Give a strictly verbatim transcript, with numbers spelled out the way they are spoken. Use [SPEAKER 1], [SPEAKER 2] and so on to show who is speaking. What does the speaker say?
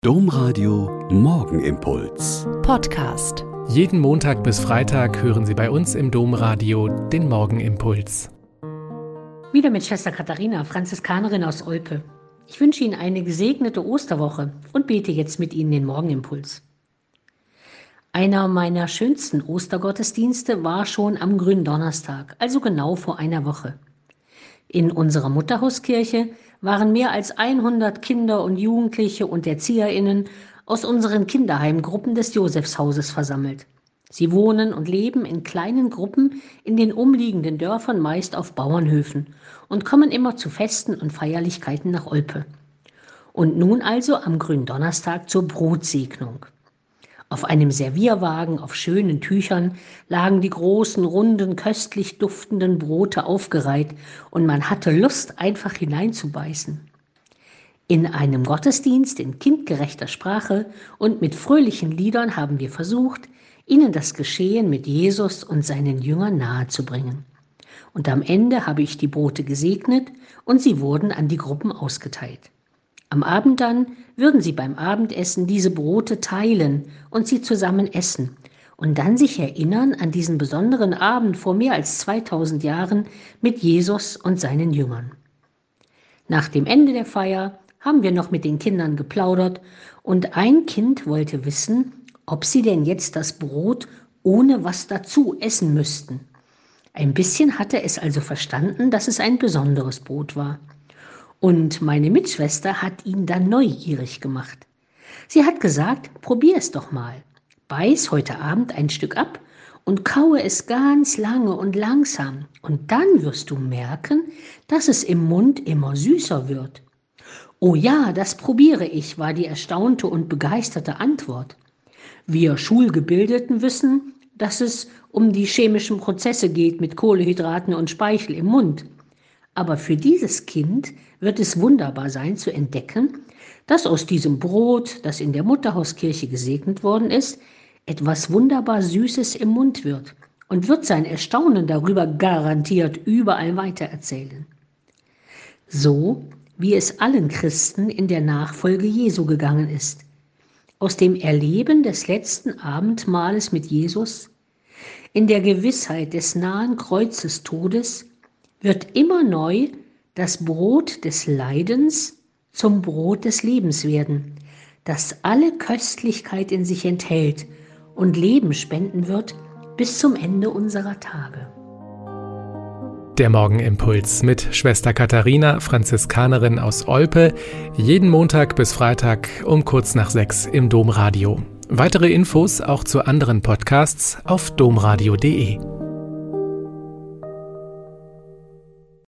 [SPEAKER 1] Domradio Morgenimpuls
[SPEAKER 2] Podcast.
[SPEAKER 3] Jeden Montag bis Freitag hören Sie bei uns im Domradio den Morgenimpuls.
[SPEAKER 4] Wieder mit Schwester Katharina, Franziskanerin aus Olpe. Ich wünsche Ihnen eine gesegnete Osterwoche und bete jetzt mit Ihnen den Morgenimpuls. Einer meiner schönsten Ostergottesdienste war schon am Gründonnerstag, also genau vor einer Woche. In unserer Mutterhauskirche waren mehr als hundert Kinder und Jugendliche und ErzieherInnen aus unseren Kinderheimgruppen des Josefshauses versammelt. Sie wohnen und leben in kleinen Gruppen in den umliegenden Dörfern, meist auf Bauernhöfen, und kommen immer zu Festen und Feierlichkeiten nach Olpe. Und nun also am Gründonnerstag zur Brotsegnung. Auf einem Servierwagen auf schönen Tüchern lagen die großen, runden, köstlich duftenden Brote aufgereiht und man hatte Lust, einfach hineinzubeißen. In einem Gottesdienst in kindgerechter Sprache und mit fröhlichen Liedern haben wir versucht, Ihnen das Geschehen mit Jesus und seinen Jüngern nahezubringen. Und am Ende habe ich die Brote gesegnet und sie wurden an die Gruppen ausgeteilt. Am Abend dann würden sie beim Abendessen diese Brote teilen und sie zusammen essen und dann sich erinnern an diesen besonderen Abend vor mehr als zweitausend Jahren mit Jesus und seinen Jüngern. Nach dem Ende der Feier haben wir noch mit den Kindern geplaudert und ein Kind wollte wissen, ob sie denn jetzt das Brot ohne was dazu essen müssten. Ein bisschen hatte es also verstanden, dass es ein besonderes Brot war. Und meine Mitschwester hat ihn dann neugierig gemacht. Sie hat gesagt, probier es doch mal. Beiß heute Abend ein Stück ab und kaue es ganz lange und langsam. Und dann wirst du merken, dass es im Mund immer süßer wird. Oh ja, das probiere ich, war die erstaunte und begeisterte Antwort. Wir Schulgebildeten wissen, dass es um die chemischen Prozesse geht mit Kohlenhydraten und Speichel im Mund. Aber für dieses Kind wird es wunderbar sein zu entdecken, dass aus diesem Brot, das in der Mutterhauskirche gesegnet worden ist, etwas wunderbar Süßes im Mund wird und wird sein Erstaunen darüber garantiert überall weitererzählen. So wie es allen Christen in der Nachfolge Jesu gegangen ist. Aus dem Erleben des letzten Abendmahles mit Jesus, in der Gewissheit des nahen Kreuzestodes, wird immer neu das Brot des Leidens zum Brot des Lebens werden, das alle Köstlichkeit in sich enthält und Leben spenden wird bis zum Ende unserer Tage.
[SPEAKER 3] Der Morgenimpuls mit Schwester Katharina, Franziskanerin aus Olpe, jeden Montag bis Freitag um kurz nach sechs im Domradio. Weitere Infos auch zu anderen Podcasts auf domradio punkt de.